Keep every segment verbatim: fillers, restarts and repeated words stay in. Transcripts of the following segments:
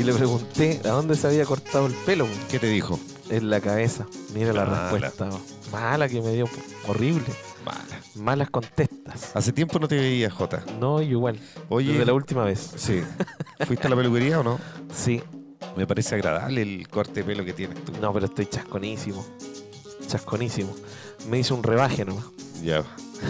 le pregunté a dónde se había cortado el pelo, po. ¿Qué te dijo? En la cabeza. Mira la Mala. respuesta. po. Mala que me dio, po. Horrible. Mala. Malas contestas. Hace tiempo no te veía, Jota. No, yo igual. Oye, Desde la última vez. sí. ¿Fuiste a la peluquería o no? Sí. Me parece agradable el corte de pelo que tienes tú. No, pero estoy chasconísimo. Chasconísimo. Me hice un rebaje nomás. Ya.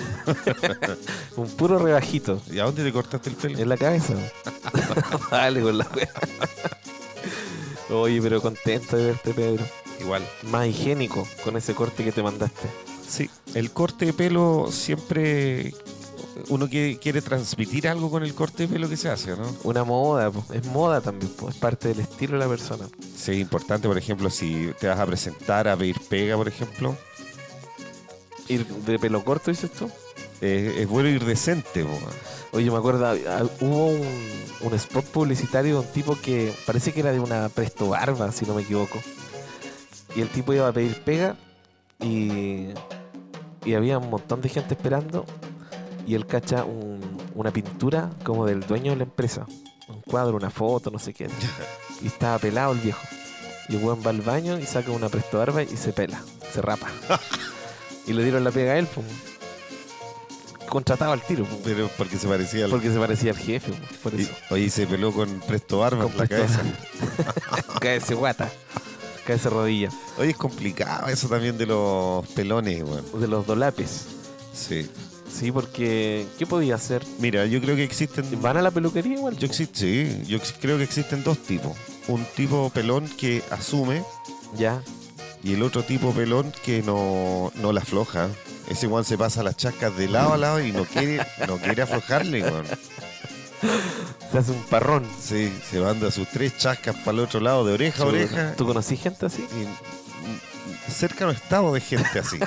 Un puro rebajito. ¿Y a dónde te cortaste el pelo? En la cabeza. Dale con la wea. Oye, pero contento de verte, Pedro. Igual. Más higiénico con ese corte que te mandaste. Sí. El corte de pelo siempre... Uno quiere, quiere transmitir algo con el corte de pelo que se hace, ¿no? Una moda, po. Es moda también, po. Es parte del estilo de la persona. Sí, es importante, por ejemplo, si te vas a presentar a pedir pega, por ejemplo, Ir de pelo corto, dices tú. eh, es bueno ir decente, po. Oye, me acuerdo, ah, hubo un, un spot publicitario de un tipo que parece que era de una Presto Barba, si no me equivoco. Y el tipo iba a pedir pega y, y había un montón de gente esperando. Y él cacha un- una pintura como del dueño de la empresa. Un cuadro, una foto, no sé qué. Y estaba pelado el viejo. Y el weón va al baño y saca una Presto Barba y se pela, se rapa. Y le dieron la pega a él, pues. Contratado al tiro, pues. Pero porque se parecía al... Porque se parecía al jefe, pues, por Y- eso. oye, se peló con Presto Barba Con en la Presto cabeza. Cáese guata, cáese rodilla. Oye, es complicado eso también de los pelones, weón. De los dolapes. Sí. Sí, porque ¿qué podía hacer? Mira, yo creo que existen... ¿Van a la peluquería igual? Yo exi- sí, yo ex- creo que existen dos tipos. Un tipo pelón que asume Ya. y el otro tipo pelón que no, no la afloja. Ese igual se pasa las chascas de lado a lado y no quiere, no quiere aflojarle, weón. Se hace un parrón. Sí, se manda sus tres chascas para el otro lado, de oreja a ¿Tú- oreja. ¿Tú conocí gente así? Y, mm, cerca no estamos de gente así.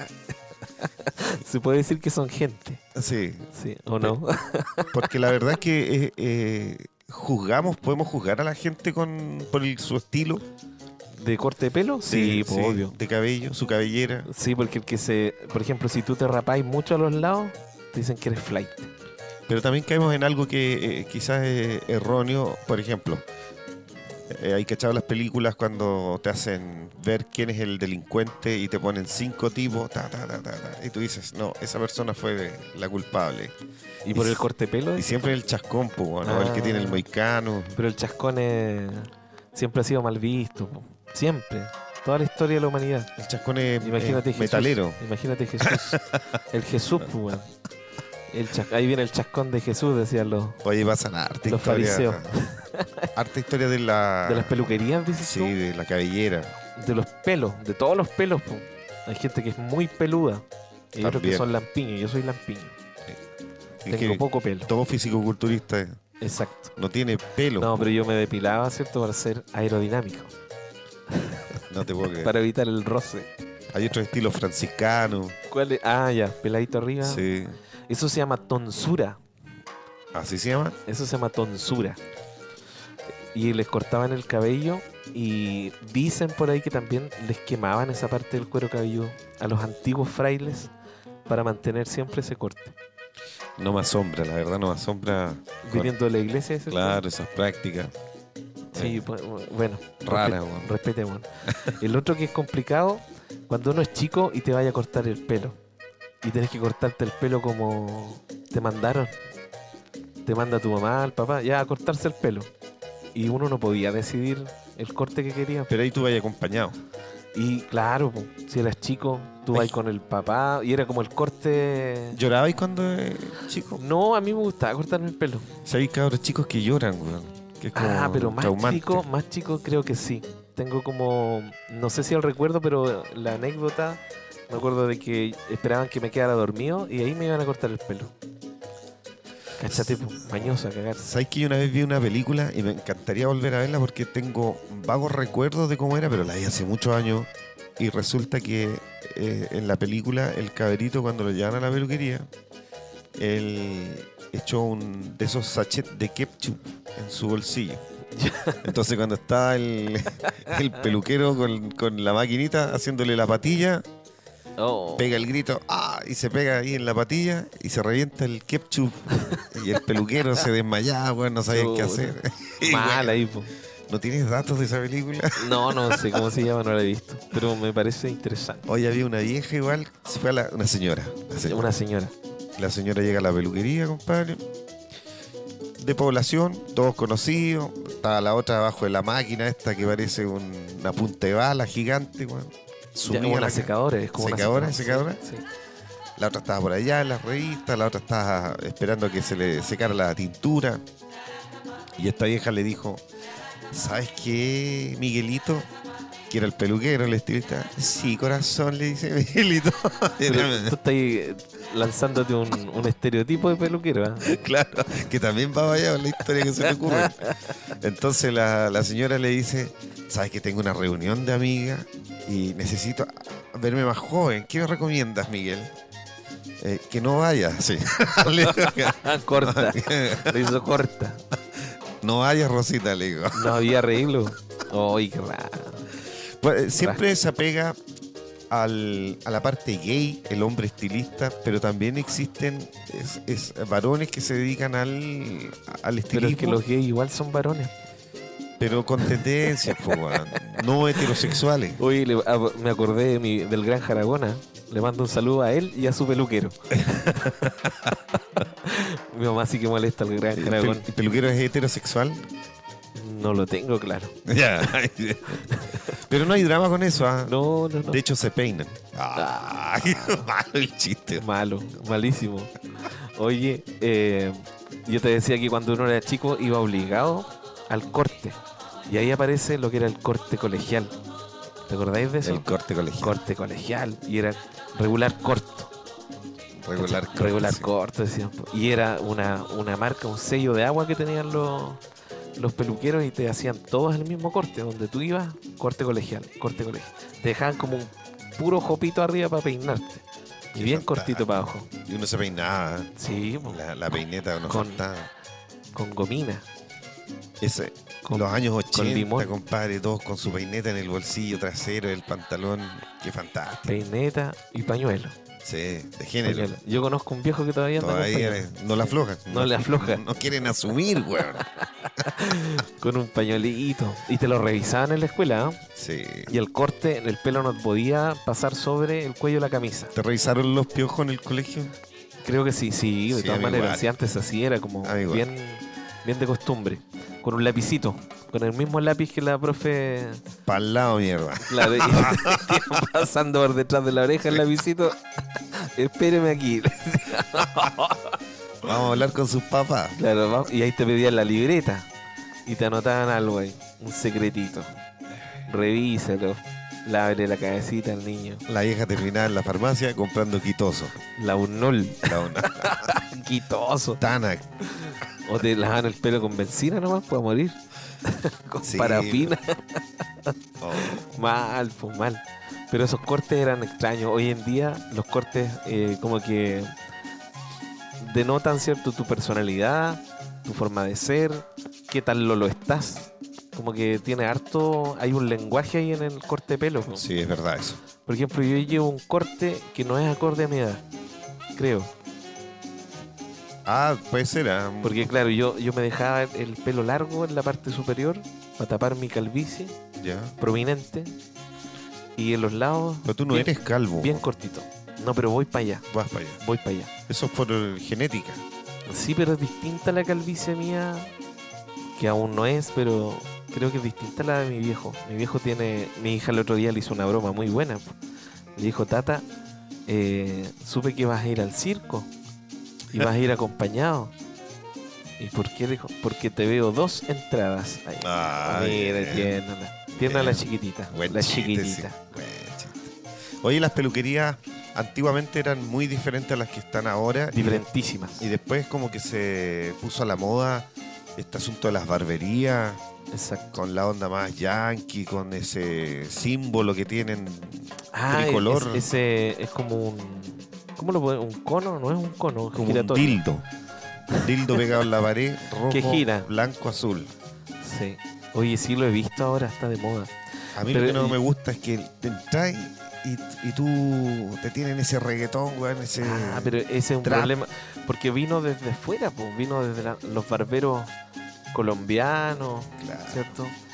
Se puede decir que son gente. Sí, Sí, ¿o no? porque la verdad es que eh, eh, juzgamos, podemos juzgar a la gente con por el- su estilo. ¿De corte de pelo? Sí, de, pues, obvio. de cabello, su cabellera. Sí, porque el que se... Por ejemplo, si tú te rapáis mucho a los lados, te dicen que eres flight. Pero también caemos en algo que eh, quizás es erróneo. Por ejemplo, eh, hay cachado las películas cuando te hacen ver quién es el delincuente y te ponen cinco tipos, ta, ta, ta, ta, ta, y tú dices, no, esa persona fue la culpable. ¿Y por Y el s- corte de pelo? Y siempre el chascón, po, ¿no? El que tiene el Ah. moicano. Pero el chascón es- siempre ha sido mal visto. po. Siempre. Toda la historia de la humanidad. El chascón es, Imagínate es Jesús. metalero. Imagínate Jesús. El Jesús, pues, weón. El chas- Ahí viene el chascón de Jesús, decían los, Oye, pasan harta los historia. fariseos. Harta historia de la... De las peluquerías, dices Sí, tú. de la cabellera. De los pelos, de todos los pelos. po. Hay gente que es muy peluda. Y hay otros que También. son lampiños. Yo soy lampiño. Es Tengo que poco pelo. todo físico-culturista Exacto. no tiene pelo. No, pero yo me depilaba, ¿cierto? Para ser aerodinámico. No te puedo creer. Para evitar el roce. Hay otro estilo franciscano. ¿Cuál es? Ah, ya, peladito arriba. Sí. Eso se llama tonsura. ¿Así se llama? Eso se llama tonsura. Y les cortaban el cabello y dicen por ahí que también les quemaban esa parte del cuero cabelludo a los antiguos frailes para mantener siempre ese corte. No me asombra, la verdad no me asombra. Viniendo de la iglesia, ¿es Claro, esas prácticas. Sí, pues, bueno. Rara, respe- weón. Respetemos. El otro que es complicado, cuando uno es chico y te vaya a cortar el pelo. Y tenés que cortarte el pelo como te mandaron. Te manda tu mamá, el papá, ya a cortarse el pelo. Y uno no podía decidir el corte que quería. Pero ahí tú vas acompañado. Y claro, po, si eras chico, tú Ay. vas con el papá y era como el corte... ¿Llorabais cuando eh, chico? No, a mí me gustaba cortarme el pelo. ¿Sabéis cabros chicos que lloran, weón? Que es como Ah, pero más traumante. chico, más chico creo que sí. Tengo como, no sé si el recuerdo, pero la anécdota, me acuerdo de que esperaban que me quedara dormido y ahí me iban a cortar el pelo. Cáchate, po, mañosa, cagar. ¿Sabéis que yo una vez vi una película y me encantaría volver a verla porque tengo vagos recuerdos de cómo era, pero la vi hace muchos años y resulta que eh, en la película el caberito cuando lo llevan a la peluquería, él echó un de esos sachets de ketchup en su bolsillo. Entonces cuando está el, el peluquero con, con la maquinita haciéndole la patilla, Oh, pega el grito, ¡ah! Y se pega ahí en la patilla y se revienta el ketchup. Y el peluquero se desmayaba, weón, no sabía qué Chuta. hacer. Y, mal weón, ahí, po. ¿No tienes datos de esa película? No, no sé cómo se llama, no la he visto. Pero me parece interesante. Hoy había una vieja igual, se fue a la- una señora. La señora. Una señora. La señora llega a la peluquería, compadre. De población, todos conocidos. Estaba la otra abajo de la máquina esta que parece un- una punta de bala gigante, weón. Ya, Sumida una la- secadora, es como ¿Secadora? una secadora. ¿Secadora? Sí, sí. La otra estaba por allá en las revistas, la otra estaba esperando a que se le secara la tintura. Y esta vieja le dijo, ¿sabes qué, Miguelito? Que era el peluquero, el estilista. Sí, corazón, le dice Miguelito. Pero tú estás ahí lanzándote un, un estereotipo de peluquero, ¿ah? Claro, que también va vaya la historia que se le ocurre. Entonces la, la señora le dice, ¿sabes que tengo una reunión de amigas y necesito verme más joven? ¿Qué me recomiendas, Miguel? Eh, que no vaya, sí. Le digo, Corta. Lo hizo corta. no vayas, Rosita, le digo. No había arreglo. Ay, qué raro. Pues, siempre se apega al, a la parte gay, el hombre estilista, pero también existen es, es, varones que se dedican al, al estilismo. Pero es que los gays igual son varones. Pero con tendencias, po, weón. No heterosexuales. Oye, le- ah, me acordé de mi- del gran Jaragona. Le mando un saludo a él y a su peluquero. Mi mamá sí que molesta al gran ¿El, Jaragón. pel- el peluquero es heterosexual? No lo tengo claro. Ya. Pero no hay drama con eso, ¿ah? No, no, no. De hecho, se peinan. Ah, qué malo el chiste. Malo, malísimo. Oye, eh, yo te decía que cuando uno era chico iba obligado al corte. Y ahí aparece lo que era el corte colegial. ¿Te acordáis de eso? El corte colegial. Corte colegial. Y era regular corto. Regular corte. Regular sí. corto, decían. Y era una, una marca, un sello de agua que tenían los, los peluqueros y te hacían todos el mismo corte. Donde tú ibas, corte colegial, corte colegial. Te dejaban como un puro jopito arriba para peinarte. Y Qué bien fantástico. cortito para abajo. Y uno se peinaba. ¿eh? Sí, po, La, la peineta no Con- faltaba. con gomina. Ese, Con, los años con ochenta, limón. compadre, todos con su peineta en el bolsillo trasero del pantalón. Qué fantástico. peineta y pañuelo. Sí, de género. Pañuelo. Yo conozco un viejo que todavía anda con Todavía pañuelo. no la aflojan. No le afloja. No quieren asumir, weón. Con un pañuelito. Y te lo revisaban en la escuela, ¿no? Sí. Y el corte, el pelo no podía pasar sobre el cuello de la camisa. ¿Te revisaron los piojos en el colegio? Creo que sí, sí, de Sí, todas a mí maneras. igual. Si antes así era como A mí igual. bien, bien de costumbre. Con un lapicito. Con el mismo lápiz que la profe. Pa'l lado, mierda. Claro, y pasando por detrás de la oreja el lapicito. Espéreme aquí. Vamos a hablar con sus papás. Claro, va- y ahí te pedían la libreta y te anotaban algo ahí, un secretito. Revísalo, lávele la cabecita al niño. La vieja terminaba en la farmacia comprando quitoso. La Unol, La una. quitoso. Tanac. O te lavaban el pelo con benzina nomás para morir. Con Sí. parafina. Oh. Mal, pues mal. Pero esos cortes eran extraños. Hoy en día los cortes eh, como que denotan, ¿cierto? Tu personalidad, tu forma de ser, qué tal lo lo estás. Como que tiene harto, hay un lenguaje ahí en el corte de pelo. po. Sí, es verdad eso. Por ejemplo, yo llevo un corte que no es acorde a mi edad, creo. Ah, puede ser. ah. Porque claro, yo, yo me dejaba el pelo largo en la parte superior para tapar mi calvicie Ya. prominente y en los lados Pero tú no bien, eres calvo. bien cortito. No, pero voy para allá, Vas para allá. voy para allá. Eso es por eh, genética. Sí, pero es distinta la calvicie mía, que aún no es, pero creo que es distinta a la de mi viejo. Mi viejo tiene, mi hija el otro día le hizo una broma muy buena. po. Le dijo, Tata, eh, supe que vas a ir al circo y vas a ir acompañado. ¿Y por qué? Dijo, porque te veo dos entradas ahí. Ah, Mira, bien. tiernala. Tierna la Bien. chiquitita. Buen la chiste, chiquitita. sí. Buen chiste. Oye, las peluquerías antiguamente eran muy diferentes a las que están ahora. y- Diferentísimas. Y después como que se puso a la moda este asunto de las barberías, Exacto. con la onda más yankee, con ese símbolo que tienen. Ah, tricolor. es- ese es como un. ¿Cómo lo puedo? ¿Un cono? No es un cono, es Como un giratorio. dildo. Un dildo pegado en la pared, rojo, Que gira. blanco, azul. Sí. Oye, sí lo he visto ahora, está de moda. A mí Pero- lo que no y- me gusta es que te entras y, y tú te tienen ese reggaetón, weón, ese... Ah, pero ese es un trap. problema. Porque vino desde fuera, pues. Vino desde la- los barberos colombianos, Claro. ¿cierto?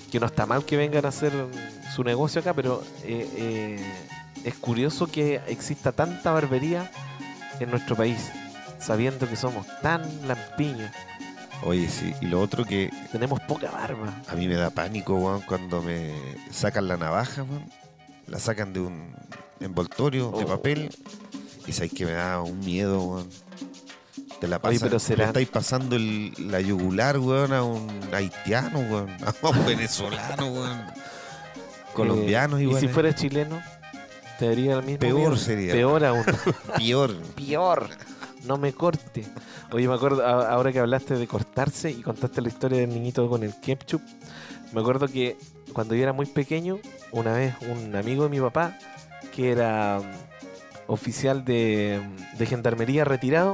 que no está mal que vengan a hacer su negocio acá, pero eh, eh, es curioso que exista tanta barbería en nuestro país, sabiendo que somos tan lampiños. Oye, sí. Y lo otro que Tenemos poca barba. a mí me da pánico, weón, cuando me sacan la navaja, weón. La sacan de un envoltorio de Oh. papel y sabes que me da un miedo, weón. Te la Oye, pasan, pero será- le estáis pasando el- la yugular, weón, a un haitiano, weón, a un venezolano, weón. Colombianos Eh, igual. Y si eh. fuera chileno, te daría el mismo Peor miedo. sería. Peor aún. Peor. Peor. No me corte. Oye, me acuerdo, a- ahora que hablaste de cortarse y contaste la historia del niñito con el ketchup, me acuerdo que cuando yo era muy pequeño, una vez un amigo de mi papá, que era mm, oficial de, de gendarmería retirado,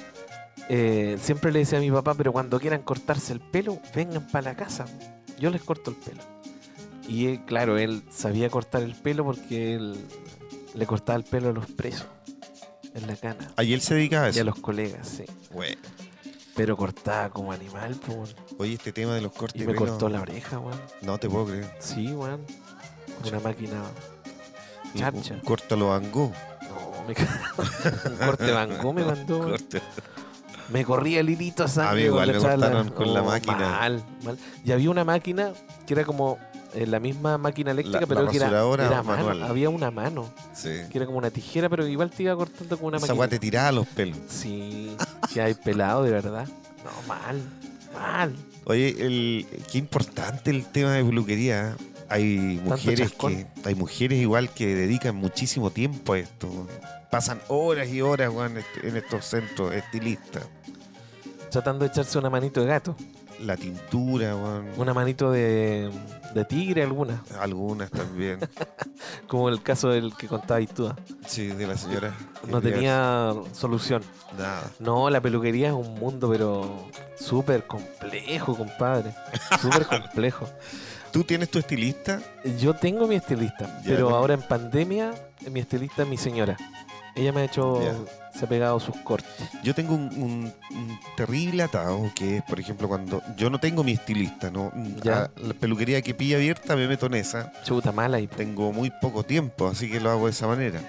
eh, siempre le decía a mi papá, pero cuando quieran cortarse el pelo, vengan para la casa. Yo les corto el pelo. Y él, claro, él sabía cortar el pelo porque él le cortaba el pelo a los presos en la cana. Ahí él se dedicaba a Y a eso. los colegas, sí. Güey. Pero cortaba como animal, pues. weón. Oye, este tema de los cortes Y de me pelo, cortó la oreja, weón. no te puedo creer. Sí, weón. Una máquina. Un- Charcha. Un corto lo vangó. No, me ca- un corte Van me mandó. weón. Corte. Me corría el hilito a sangre. A mí igual cuando me echaba la- cortaron con la Oh, máquina. Mal, mal. Y había una máquina que era como eh, la misma máquina eléctrica, La- pero la que era, rasuradora era mano. manual. Había una mano, Sí. que era como una tijera, pero igual te iba cortando como una Esa máquina. weá te tiraba los pelos. Sí, que hay pelado, de verdad. No, mal, mal. Oye, el, qué importante el tema de peluquería. ¿eh? Hay mujeres chascón. que hay mujeres igual que dedican muchísimo tiempo a esto. Pasan horas y horas, weón, est- en estos centros estilistas. Tratando de echarse una manito de gato. La tintura, weón. Una manito de, de tigre alguna. Algunas también. Como el caso del que contabas tú. ¿ah? Sí, de la señora. que No quería- tenía solución. nada. No, la peluquería es un mundo, pero súper complejo, compadre. Súper complejo. ¿Tú tienes tu estilista? Yo tengo mi estilista, Ya, pero ¿no? ahora en pandemia, mi estilista es mi señora. Ella me ha hecho, Ya. se ha pegado sus cortes. Yo tengo un, un- un terrible atado que es, por ejemplo, cuando yo no tengo mi estilista, ¿no? Ya. A la peluquería que pilla abierta me meto en esa. Chuta mala y Tengo muy poco tiempo, así que lo hago de esa manera.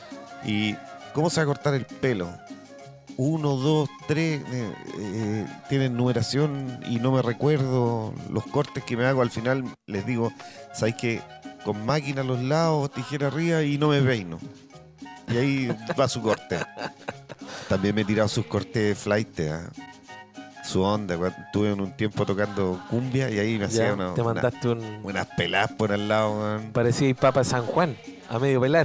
¿Y cómo se va a cortar el pelo? Uno, dos, tres, eh, eh, tienen numeración y no me recuerdo los cortes que me hago. Al final les digo, ¿sabes qué? Con máquina a los lados, tijera arriba y no me peino. Y ahí va su corte. También me he tirado sus cortes de flight, ¿ah? Su onda. Cuando estuve en un tiempo tocando cumbia y ahí me hacía ya una- te una- mandaste un... unas peladas por al lado, man. Parecía el Papa San Juan, a medio pelar.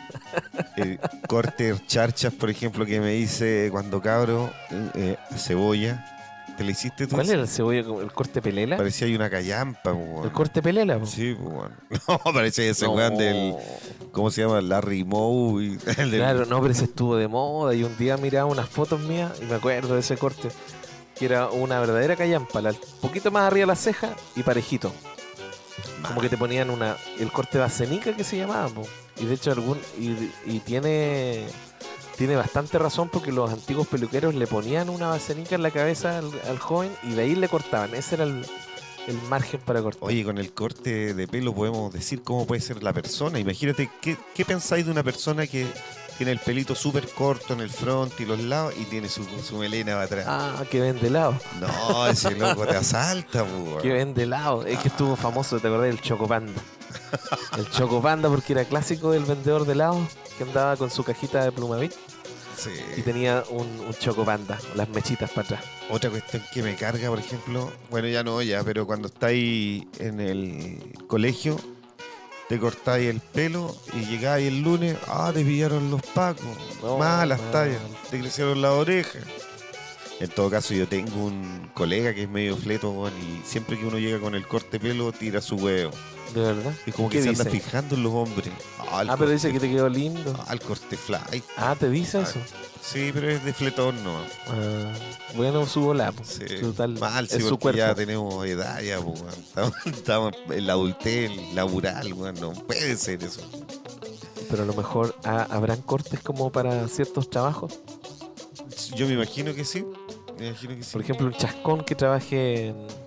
Eh, corte charchas, por ejemplo, que me hice cuando cabro, eh, eh, cebolla. ¿Te la hiciste tú? ¿Cuál era el cebolla? ¿El corte pelela? Parecía ahí una callampa, po, weón. ¿El corte pelela? po? Sí, po, weón. No, parecía ese No. weón del. ¿Cómo se llama? Larry Moe. y- el del- Claro, no, pero ese estuvo de moda y un día miraba unas fotos mías y me acuerdo de ese corte, que era una verdadera callampa, la- poquito más arriba de la ceja y parejito. Como que te ponían una el corte de acenica que se llamaba, po. Y de hecho algún y, y tiene tiene bastante razón porque los antiguos peluqueros le ponían una basenica en la cabeza al, al joven y de ahí le cortaban. Ese era el, el margen para cortar. Oye, con el corte de pelo podemos decir cómo puede ser la persona. Imagínate, ¿qué, qué pensáis de una persona que tiene el pelito súper corto en el front y los lados y tiene su, su melena para atrás? Ah, que vende helado. No, ese loco te asalta, po, Que weón. vende helado. Es que estuvo famoso, ¿te acordás? El Chocopanda. El Chocopanda porque era clásico del vendedor de helado que andaba con su cajita de Plumavit y Sí. tenía un, un Chocopanda, las mechitas para atrás. Otra cuestión que me carga, por ejemplo, bueno, ya no, ya, pero cuando estáis en el colegio, te cortáis el pelo y llegáis el lunes, ah, te pillaron los pacos, No, malas mal. tallas, te crecieron las orejas. En todo caso, yo tengo un colega que es medio fleto, weón, y siempre que uno llega con el corte de pelo, tira su huevo. ¿De verdad? Es como que ¿Qué se anda dice? fijando en los hombres. Ah, el Ah, pero corte- dice que te quedó lindo. ah, el corte fly. Ah, ¿te dice eso? Sí, pero es de fletón, ¿no? Ah, bueno, su bola. po. Sí. Total, Mal, sí, es su porque cuerpo. ya tenemos edad, ya, pues, weón. Estamos, estamos en la adultez laboral, weón. No puede ser eso. Pero a lo mejor ah, habrán cortes como para ciertos trabajos. Yo me imagino que sí. Me imagino que sí. Por ejemplo, un chascón que trabaje en,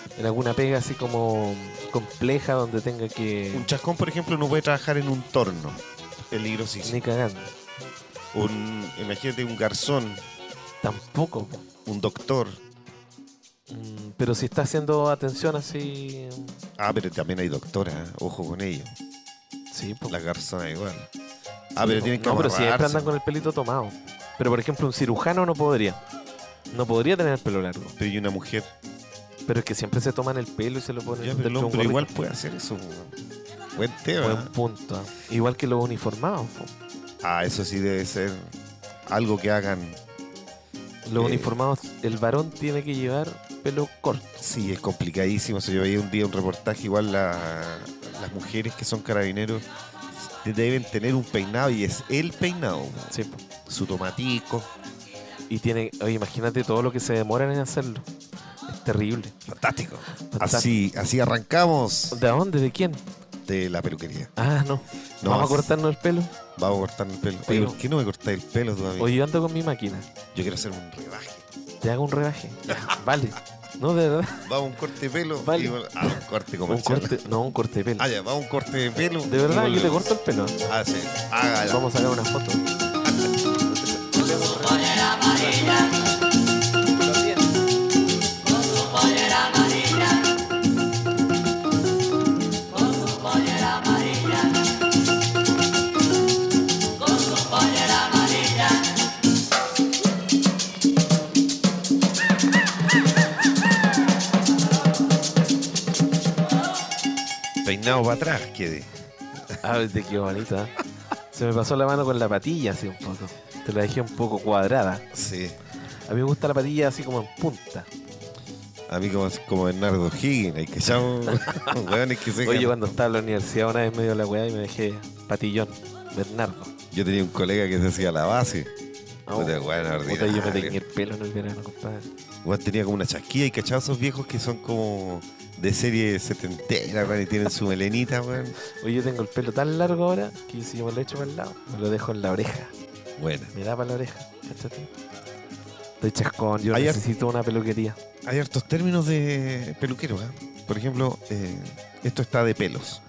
en alguna pega así como compleja donde tenga que... Un chascón, por ejemplo, no puede trabajar en un torno. Peligrosísimo. Ni cagando. Un, imagínate un garzón, Tampoco. po. un doctor. Mm, Pero si está haciendo atención así... Ah, pero también hay doctoras, ¿eh? Ojo con ellos. Sí, pues. Las garzonas igual. Ah, Sí, pero po. tienen que No, pero siempre amarrarse. andan con el pelito tomado. Pero por ejemplo, un cirujano no podría. No podría tener el pelo largo. Pero y una mujer. Pero es que siempre se toman el pelo y se lo ponen Ya, pero el dentro de un hombre gorrito. igual puede hacer eso. Buen tema. Buen punto. ¿eh? Igual que los uniformados. po. Ah, eso sí debe ser algo que hagan. Los Eh. uniformados, el varón tiene que llevar pelo corto. Sí, es complicadísimo. O sea, yo veía un día un reportaje, igual la- las mujeres que son carabineros deben tener un peinado y es el peinado. Sí, po. Su tomatico. Y tiene, oye, imagínate todo lo que se demoran en hacerlo. Es terrible. Fantástico. Fantástico. Así, así arrancamos ¿De dónde? ¿De quién? de la peluquería. Ah, no. No, Vamos a es- cortarnos el pelo. Vamos a cortar el pelo. Oye, Sí. ¿por qué no me cortáis el pelo tú, amigo? Oye, yo ando con mi máquina. Yo quiero hacer un rebaje. Te hago un rebaje. Ya, vale. No, de verdad. Vamos a un corte de pelo. Vale. y bueno, ah, un corte Un comercial. corte, no, un corte de pelo. Ah, ya, vamos a un corte de pelo. De verdad, y yo te volvemos. corto el pelo. Ah, sí. Hágalo. Vamos a sacar una foto. Peinado para atrás, quede. Ah, te quedó bonita. Se me pasó la mano con la patilla así un poco. Te la dejé un poco cuadrada. Sí. A mí me gusta la patilla así como en punta. A mí como, como Bernardo Higgins, hay que echar hueones que se Oye, cuando estaba en la universidad una vez me dio la weá y me dejé patillón. Bernardo. Yo tenía un colega que se hacía la base. Oh, Puta, weón, puta, yo me ordinario. teñí el pelo en el verano, compadre. Weón tenía como una chasquilla y cachaba esos viejos que son como de serie setentera, weón, y tienen su melenita, weón. Oye, yo tengo el pelo tan largo ahora que si yo me lo echo para el lado, me lo dejo en la oreja. Buena. Me da para la oreja. ¿Cachate? Estoy chascón, yo Hay har- necesito una peluquería. Hay hartos términos de peluquero, ¿eh? Por ejemplo, eh, esto está de pelos.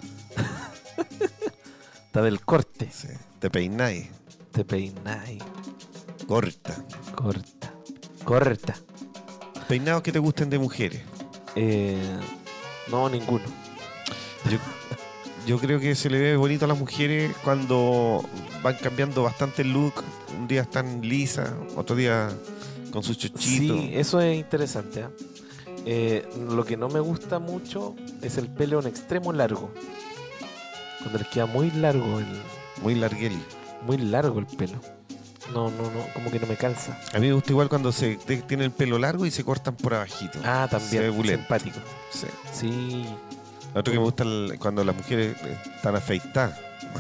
Está del corte. Sí. Te peináis, Te peináis. corta. Corta. Corta. Peinados que te gusten de mujeres. Eh, no, ninguno. Yo, yo creo que se le ve bonito a las mujeres cuando van cambiando bastante el look. Un día están lisas, otro día con su chochito. Sí, eso es interesante. ¿eh? Eh, lo que no me gusta mucho es el pelo en extremo largo. Cuando les queda muy largo el, Muy largueli. muy largo el pelo. No, no, no, como que no me calza. A mí me gusta igual cuando se te- tienen el pelo largo y se cortan por abajito. Ah, Se ve también. bulento. Simpático. Sí. Sí. Lo otro que me gusta el- cuando las mujeres están afeitadas.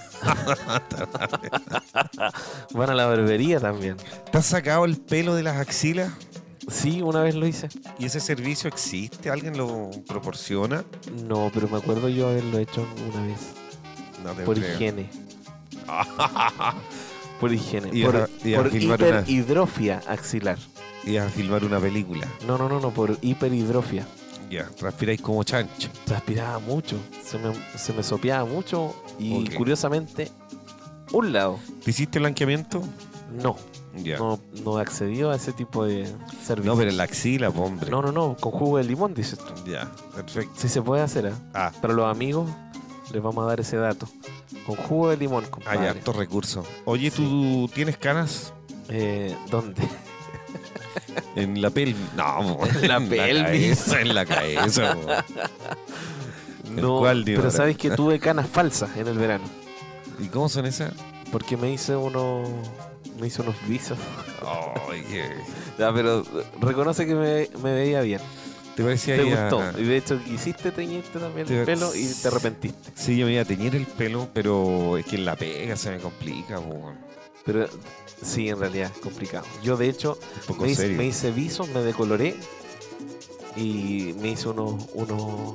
Van a la barbería también. ¿Te has sacado el pelo de las axilas? Sí, una vez lo hice. ¿Y ese servicio existe? ¿Alguien lo proporciona? No, pero me acuerdo yo haberlo hecho una vez. No te Por creo. higiene. Por higiene. Y por a- y a por filmar una- hiperhidrofia axilar. Ibas a filmar una película. No, no, no, no, por hiperhidrofia. Ya, transpiráis como chancho. Transpiraba mucho, se me, se me sopeaba mucho y Ok. curiosamente, un lado, ¿Te hiciste blanqueamiento? no, Ya. no, no accedió a ese tipo de servicio. No, pero en la axila, po, hombre. No, no, no, con jugo de limón, dices tú. Ya, perfecto. Sí se puede hacer, ¿eh? Ah, Para los amigos les vamos a dar ese dato. Con jugo de limón, hay compadre. hartos recursos. Oye, ¿tú tienes canas Eh, ¿Dónde? en la pelvis? No, po, En la pelvis. cabeza, en la cabeza, po. ¿El No, cuál, pero Dinora? sabes que tuve canas falsas en el verano. ¿Y cómo son esas? Porque me hice unos, me hice unos visos. Ay, qué- Ya, pero reconoce que me, me veía bien. ¿Te parecía Te ahí a- gustó. Y de hecho quisiste teñirte también Te- el pelo y te arrepentiste. Sí, yo me iba a teñir el pelo, pero es que en la pega se me complica, po. Pero sí, en realidad es complicado. Yo de hecho Un poco me hice, serio. me hice visos, me decoloré y me hice unos, unos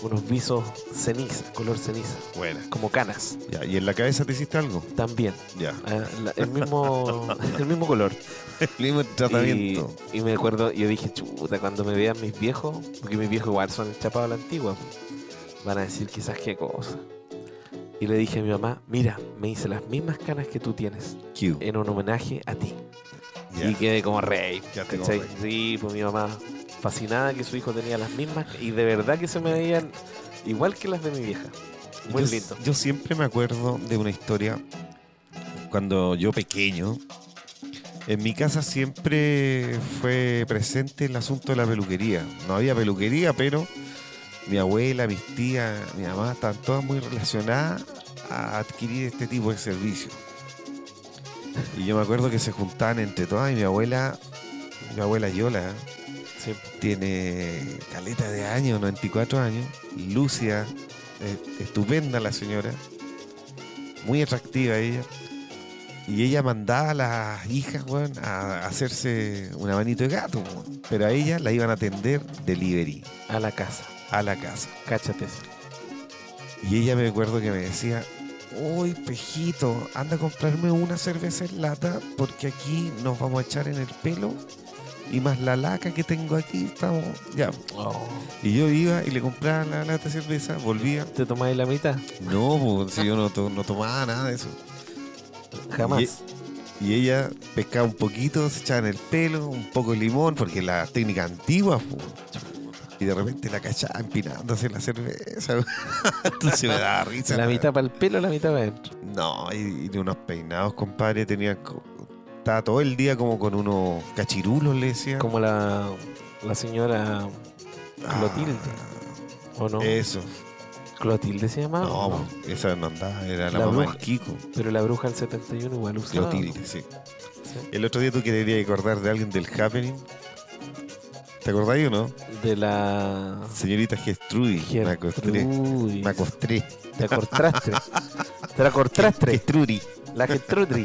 unos visos ceniza, color ceniza, Buena. como canas, Ya, ¿y en la cabeza te hiciste algo? también. Ya. Ah, la- el mismo el mismo color. El mismo Y, tratamiento. y me acuerdo, yo dije, chuta, cuando me vean mis viejos, porque mis viejos igual son chapados a la antigua, van a decir quizás qué cosa. Y le dije a mi mamá, mira, me hice las mismas canas que tú tienes, Q. en un homenaje a ti. Ya. Y quedé como rey. Quedaste como ¿cachai? rey. Sí, pues mi mamá fascinada que su hijo tenía las mismas y de verdad que se me veían igual que las de mi vieja. Muy yo, lindo. yo siempre me acuerdo de una historia cuando yo pequeño. En mi casa siempre fue presente el asunto de la peluquería. No había peluquería, pero mi abuela, mis tías, mi mamá están todas muy relacionadas a adquirir este tipo de servicio. Y yo me acuerdo que se juntaban entre todas y mi abuela, mi abuela Yola, Sí. tiene caleta de años, noventa y cuatro años, lúcida, eh, estupenda la señora, muy atractiva ella. Y ella mandaba a las hijas, weón, a hacerse una manito de gato, weón. Pero a ella la iban a atender delivery, A la casa. a la casa. Cáchate eso. Y ella me acuerdo que me decía, uy, pejito, anda a comprarme una cerveza en lata porque aquí nos vamos a echar en el pelo y más la laca que tengo aquí, estamos, ya. Oh, Y yo iba y le compraba la lata de cerveza, volvía. ¿te tomáis la mitad? No, pues, si yo no, to- no tomaba nada de eso. Jamás. Y ella pescaba un poquito, se echaba en el pelo, un poco de limón, porque la técnica antigua, po. Y de repente la cachaba empinándose la cerveza. Entonces me daba risa. La mitad para el pelo, la mitad para adentro. No, y, y de unos peinados, compadre, tenía... co- Estaba todo el día como con unos cachirulos, le decía. Como la, la señora Clotilde. ¿O no? Ah, eso. ¿Clotilde se llamaba? No, ¿O po, esa no andaba, era la, La mamá bruja. del Kiko. Pero la bruja del setenta y uno igual usaba. Clotilde, sí. Sí. El otro día tú querías acordar de alguien del Happening. ¿Te acordáis o no? De la... Señorita Gestrudy. Me acosté. Gertrudis. Me acosté. Te acortraste. Te la cortraste. Gestrudy. La Gertrudis.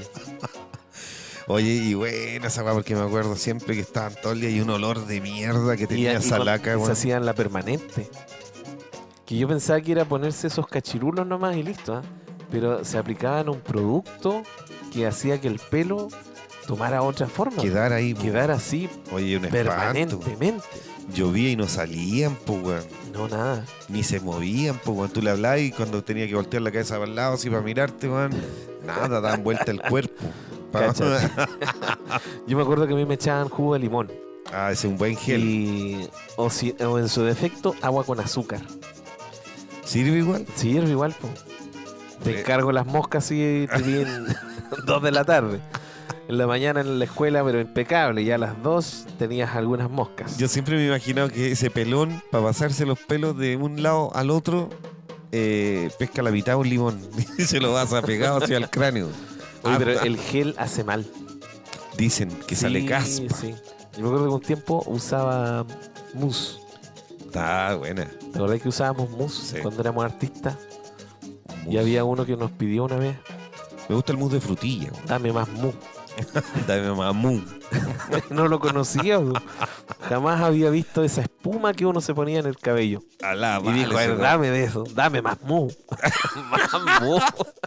Oye, y bueno, esa weá porque me acuerdo siempre que estaban todo el día y un olor de mierda que tenía y esa cuando laca, se weón. hacían la permanente. Que yo pensaba que era ponerse esos cachirulos nomás y listo, ¿ah? Pero se aplicaban un producto que hacía que el pelo tomara otra forma. Quedar ahí, po. Quedar así Oye, un espanto. permanentemente. Llovía y no salían, pues, weón. No, nada. Ni se movían, pues, weón. Tú le hablabas y cuando tenía que voltear la cabeza para el lado así para mirarte, weón, nada, daban vuelta el cuerpo. Pa- Cáchate. Yo me acuerdo que a mí me echaban jugo de limón. Ah, ese es un buen gel. Y, o, si, o en su defecto, agua con azúcar. ¿Sirve igual? Sirve igual, po. Te Eh. encargo las moscas así te vienen dos de la tarde. En la mañana en la escuela, pero impecable. Ya a las dos tenías algunas moscas. Yo siempre me he imaginado que ese pelón, para pasarse los pelos de un lado al otro, eh, pesca la mitad de un limón y se lo vas a pegado hacia el cráneo. Oye, Ah, pero ah, el gel hace mal. Dicen que sale Sí, caspa. sí. Yo me acuerdo que un tiempo usaba mousse. Está buena. ¿Te acordás que usábamos mousse Sí. cuando éramos artistas? Y Mousse. había uno que nos pidió una vez, Me gusta el mousse de frutilla. weón. dame más mousse. Dame mamú. No lo conocía, bro. Jamás había visto esa espuma que uno se ponía en el cabello. Alá, Y dijo, a ver, dame de eso, dame más mu. Más mu.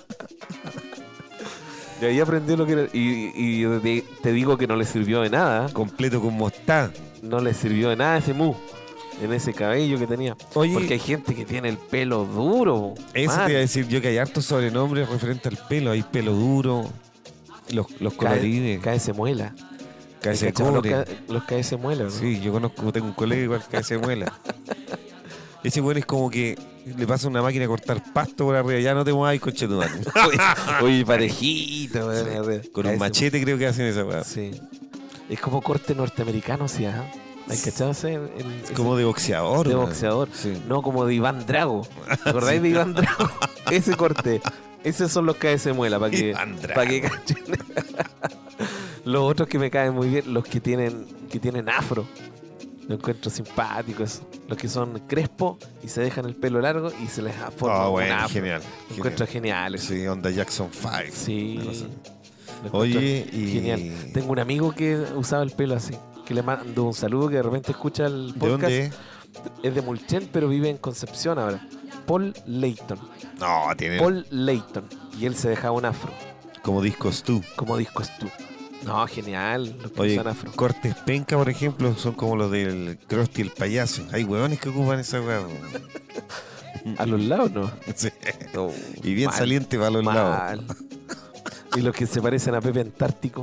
Y ahí aprendió lo que era. Y, y de- te digo que no le sirvió de nada. completo con mostá. No le sirvió de nada ese mu. En ese cabello que tenía. Oye, Porque hay gente que tiene el pelo duro. eso man. te iba a decir yo, que hay hartos sobrenombres referente al pelo. Hay pelo duro, los, los colorines, Cae se muela. cae se ¿Cachai? Los, cobre. ca- los cae se muela, ¿no? Sí, yo conozco, tengo un colega igual que se muela. Ese weón es como que le pasa una máquina a cortar pasto por arriba. Ya no te muevas, coche tu madre. Oye, parejito, weón, Sí. arriba. Con Cae un se machete creo que hacen esa weá. Sí. Es como corte norteamericano, sí, ajá. ¿Hay cachado ese? El- Es ese- como de boxeador. de weón. boxeador. Sí. No, como de Iván Drago. ¿Te acordáis de Iván Drago? Ese corte. Esos son los que se muela, para que, Iván Drago. para que cachen. Los otros que me caen muy bien, los que tienen, que tienen afro. Lo encuentro simpático eso. Los que son crespos y se dejan el pelo largo y se les forma Ah, un bueno, afro. genial. Lo encuentro genial. genial eso. Sí, onda Jackson five. Sí. Una cosa. Lo encuentro Oye, y... Genial. Tengo un amigo que usaba el pelo así. Que le mando un saludo, que de repente escucha el ¿De podcast. dónde es? Es de Mulchen, pero vive en Concepción ahora. Paul Layton. No, tiene Paul Layton. Y él se dejaba un afro, como discos tú. como discos tú. No, genial, los que Oye, usan afro. cortes penca, por ejemplo, son como los del Krusty el payaso. Hay hueones que ocupan esa hueá. A los lados, ¿no? Sí. No, Y bien mal, saliente para los lados. mal. Y los que se parecen a Pepe Antártico.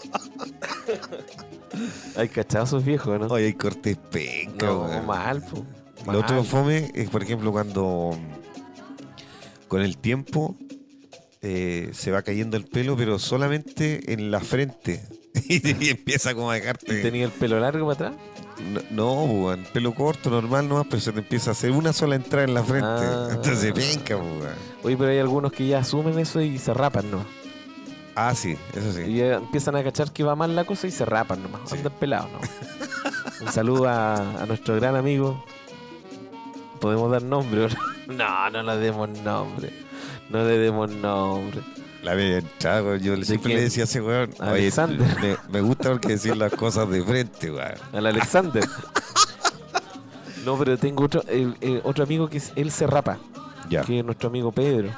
Hay cachazos viejos, ¿no? Oye, hay cortes penca, No, weón. mal, po. Lo otro Mal. fome es, por ejemplo, cuando con el tiempo eh, se va cayendo el pelo, pero solamente en la frente. Y, y empieza como a ¿Y dejarte. tenía el pelo largo para atrás? No, no, weón, pelo corto, normal nomás, pero se te empieza a hacer una sola entrada en la frente. Ah. Entonces, penca, weón. Oye, pero hay algunos que ya asumen eso y se rapan, ¿no? Ah, sí, eso sí. Y ya empiezan a cachar que va mal la cosa y se rapan nomás. Sí. Andan pelados, ¿no? Un saludo a, a nuestro gran amigo. ¿Podemos dar nombre? o no? No, no le demos nombre. No le demos nombre. La había entrado, weón. Yo siempre quién? le decía a ese weón, A oye, Alexander. me, me gusta porque decir las cosas de frente, weón. Al Alexander. No, pero tengo otro, el- el otro amigo que es, él se rapa. Ya. Que es nuestro amigo Pedro.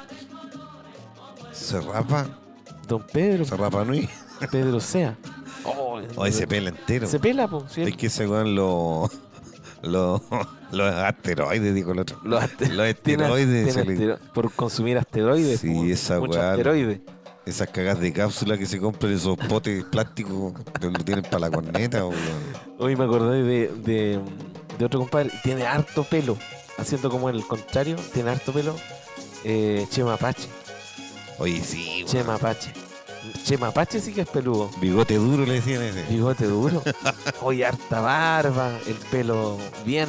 Se rapa, Don Pedro. se rapa Nui. Pedro Sea. Oh, Oye, se pela entero. Se pela, po. ¿Sí? Es que ese weón lo, lo, los asteroides, dijo el otro. Los, aste- Los tiene- esteroides. tiene se le- astero- por consumir asteroides. Sí, po, esa muchos weá. asteroides. Esas cagas de cápsula que se compran, esos potes plásticos que lo tienen para la corneta, weón. Hoy me acordé de, de, de otro compadre. Tiene harto pelo. Haciendo como el contrario. Tiene harto pelo. Eh, Chema Apache. Oye, sí, weón. Chema Apache. Chema Apache sí que es peludo. Bigote duro le decían ese. Bigote duro. Hoy harta barba. El pelo bien.